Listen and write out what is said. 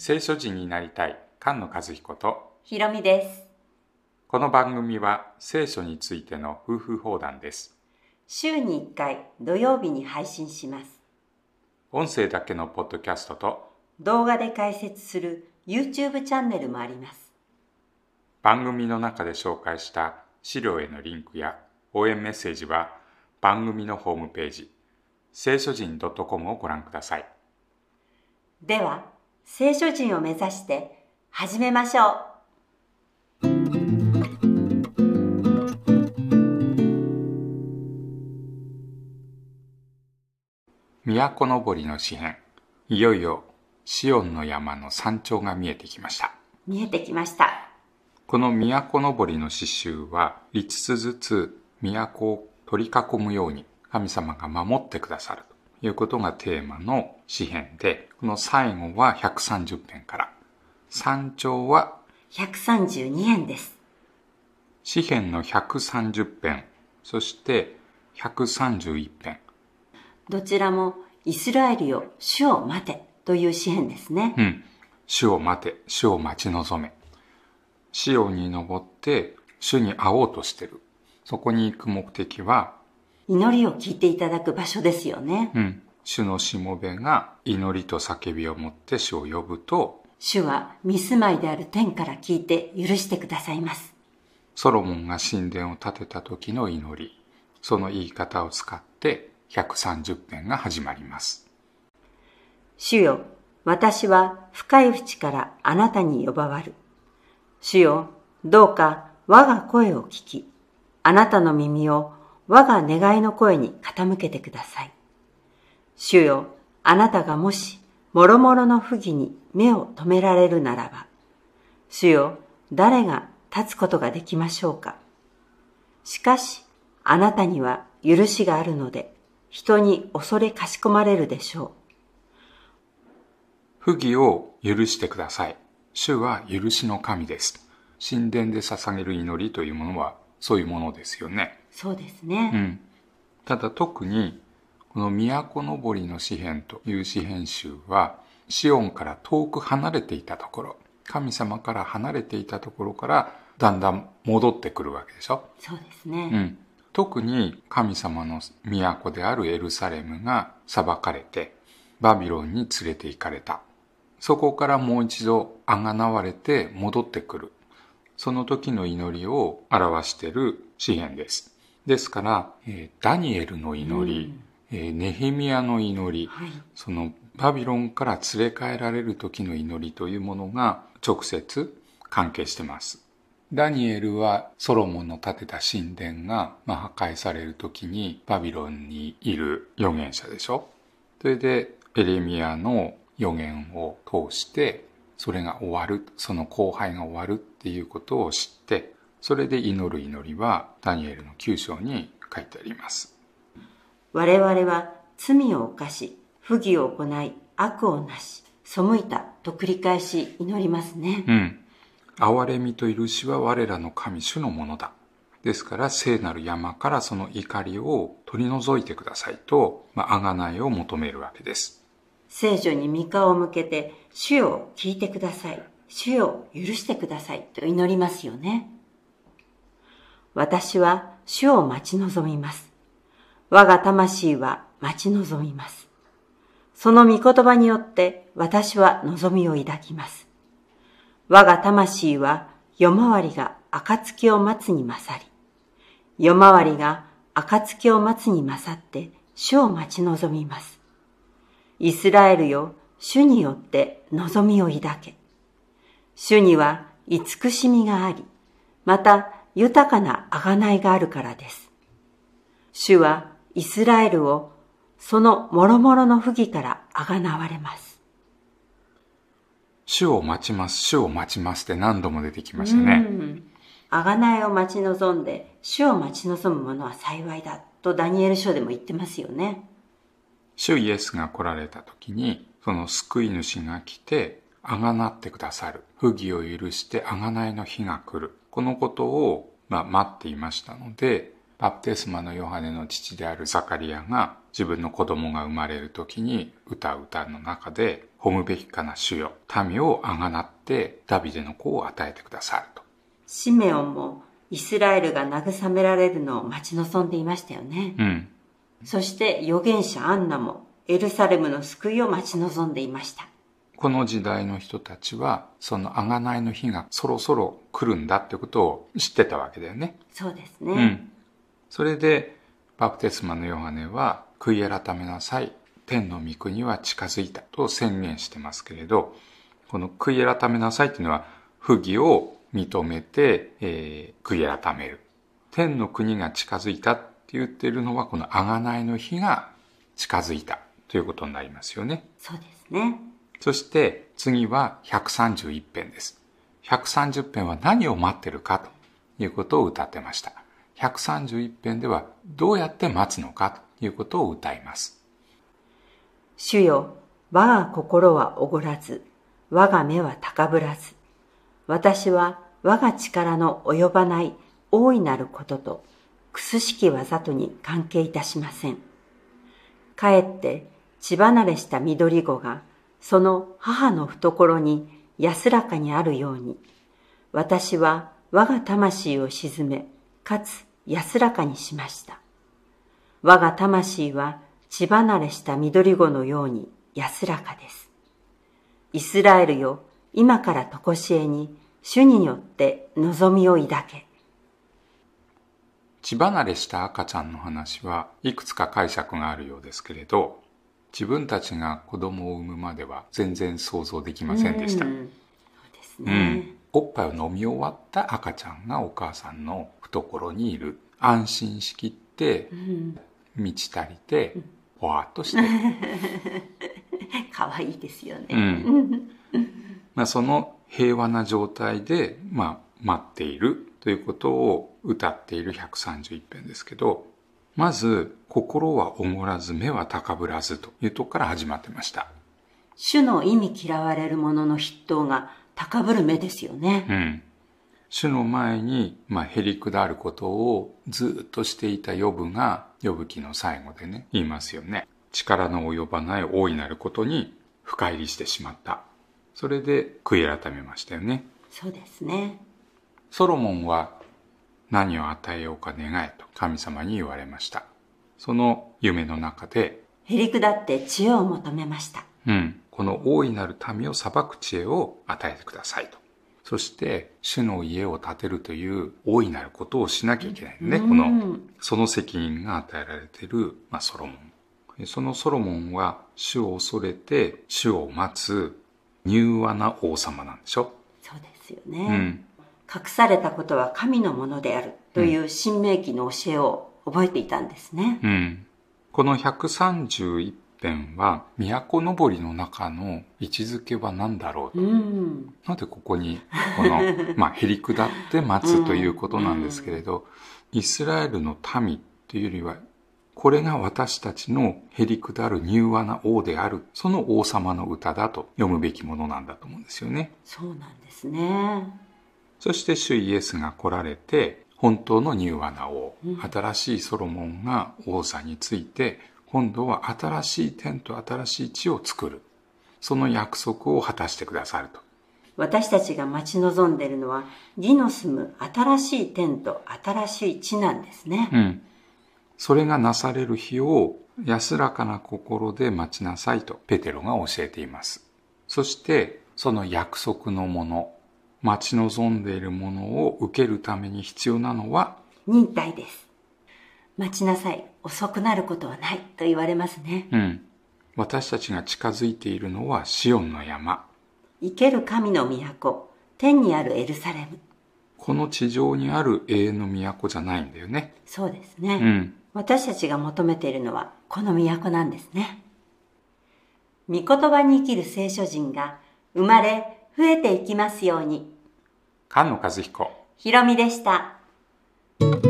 聖書人になりたい菅野和彦とひろみです。 この番組は聖書についての夫婦放談です。 週に1回土曜日に配信します。 音声だけのポッドキャストと動画で解説する YouTube チャンネルもあります。 番組の中で紹介した資料へのリンクや応援メッセージは番組のホームページ聖書人 .com をご覧ください。 では聖書人を目指して始めましょう。 都のぼりの詩編、いよいよシオンの山の山頂が見えてきました。 見えてきました。 この都のぼりの詩集は5つずつ都を取り囲むように神様が守ってくださるということがテーマの詩編で、この最後は130編から、山頂は 132編です。 詩編の130編、そして131編。 どちらもイスラエルよ、主を待てという詩編ですね。 主を待て、主を待ち望め。シオンに登って主に会おうとしてる。そこに行く目的は、 祈りを聞いていただく場所ですよね。 主のしもべが祈りと叫びを持って主を呼ぶと、 主は御住まいである天から聞いて許してくださいます。 ソロモンが神殿を建てた時の祈り、その言い方を使って130編が始まります。 主よ、私は深い淵からあなたに呼ばわる。主よ、どうか我が声を聞き、あなたの耳を我が願いの声に傾けてください。主よ、あなたがもし、もろもろの不義に目を留められるならば、主よ、誰が立つことができましょうか。しかし、あなたには許しがあるので、人に恐れかしこまれるでしょう。不義を許してください。主は許しの神です。神殿で捧げる祈りというものはそういうものですよね。 そうですね。 ただ特にこの都のぼりの詩編という詩編集は、シオンから遠く離れていたところ、神様から離れていたところからだんだん戻ってくるわけでしょ。 そうですね。 特に神様の都であるエルサレムが裁かれてバビロンに連れて行かれた。そこからもう一度あがなわれて戻ってくる。その時の祈りを表している詩編です。ですから、ダニエルの祈り、ネヘミヤの祈り、そのバビロンから連れ帰られる時の祈りというものが直接関係しています。ダニエルはソロモンの建てた神殿が破壊される時にバビロンにいる預言者でしょ。それでエレミヤの預言を通してそれが終わる、その荒廃が終わるっていうことを知って、それで祈る祈りはダニエルの9章に書いてあります。 我々は罪を犯し、不義を行い、悪をなし、背いたと繰り返し祈りますね。 憐れみと許しは我らの神主のものだ。ですから聖なる山からその怒りを取り除いてくださいと、贖いを求めるわけです。 聖女に御顔を向けて、主よ聞いてください。主よ許してくださいと祈りますよね。私は主を待ち望みます。我が魂は待ち望みます。その御言葉によって私は望みを抱きます。我が魂は夜回りが暁を待つに勝り、夜回りが暁を待つに勝って主を待ち望みます。イスラエルよ、主によって望みを抱け。主には慈しみがあり、また豊かな贖いがあるからです。主はイスラエルをその諸々の不義から贖われます。 主を待ちます、主を待ちますって何度も出てきましたね。 贖いを待ち望んで、主を待ち望む者は幸いだとダニエル書でも言ってますよね。 主イエスが来られた時に、その救い主が来て、贖ってくださる。不義を許して贖いの日が来る。このことを、待っていましたので、バプテスマのヨハネの父であるザカリアが自分の子供が生まれる時に歌う歌の中で、 褒むべきかな主よ、民をあがなってダビデの子を与えてくださると。 シメオンもイスラエルが慰められるのを待ち望んでいましたよね。そして預言者アンナもエルサレムの救いを待ち望んでいました。 この時代の人たちはその贖いの日がそろそろ来るんだってことを知ってたわけだよね。 そうですね。 それでバプテスマのヨハネは悔い改めなさい、天の御国は近づいたと宣言してますけれど、この悔い改めなさいっていうのは不義を認めて、悔い改める。天の国が近づいたって言っているのはこの贖いの日が近づいたということになりますよね。 そうですね。 そして次は131編です。130編は何を待ってるかということを歌ってました。131編ではどうやって待つのかということを歌います。 主よ、我が心はおごらず、我が目は高ぶらず、私は我が力の及ばない大いなることと、くすしき技とに関係いたしません。かえって血離れした緑子が、その母の懐に安らかにあるように、私は我が魂を鎮め、かつ安らかにしました。我が魂は血離れした緑子のように安らかです。イスラエルよ、今からとこしえに主によって望みを抱け。 血離れした赤ちゃんの話はいくつか解釈があるようですけれど、自分たちが子供を産むまでは全然想像できませんでした。 そうですね。 おっぱいを飲み終わった赤ちゃんがお母さんの懐にいる。安心しきって、満ち足りて、ほわっとしてる。 かわいいですよね。 その平和な状態で、待っているということを歌っている131編ですけど、まず心はおごらず目は高ぶらずというところから始まってました。 主の意味嫌われる者の筆頭が高ぶる目ですよね。 主の前に、へりくだることをずっとしていたヨブがヨブ記の最後でね言いますよね。力の及ばない大いなることに深入りしてしまった。それで悔い改めましたよね。 そうですね。 ソロモンは何を与えようか願えと神様に言われました。その夢の中でへりくだって知恵を求めました。 この大いなる民を裁く知恵を与えてくださいと。そして主の家を建てるという大いなることをしなきゃいけないね。その責任が与えられている、ソロモン。そのソロモンは主を恐れて主を待つ柔和な王様なんでしょ。 そうですよね。隠されたことは神のものであるという新明記の教えを覚えていたんですね。 この131編は都のぼりの中の位置づけは何だろうと。なんでここにこのへりくだって待つということなんですけれど、イスラエルの民というよりはこれが私たちのへりくだる柔和な王である、その王様の歌だと読むべきものなんだと思うんですよね。 そうなんですね。 そして主イエスが来られて、本当の柔和な王、新しいソロモンが王座について、今度は新しい天と新しい地を作る。その約束を果たしてくださると。 私たちが待ち望んでいるのは、義の住む新しい天と新しい地なんですね。 それがなされる日を安らかな心で待ちなさいとペテロが教えています。そしてその約束のもの、待ち望んでいるものを受けるために必要なのは忍耐です。待ちなさい、遅くなることはないと言われますね。 私たちが近づいているのはシオンの山。 生ける神の都、天にあるエルサレム。 この地上にある永遠の都じゃないんだよね。 そうですね。私たちが求めているのはこの都なんですね。御言葉に生きる聖書人が生まれ増えていきますように。 菅野和彦、 ひろみでした。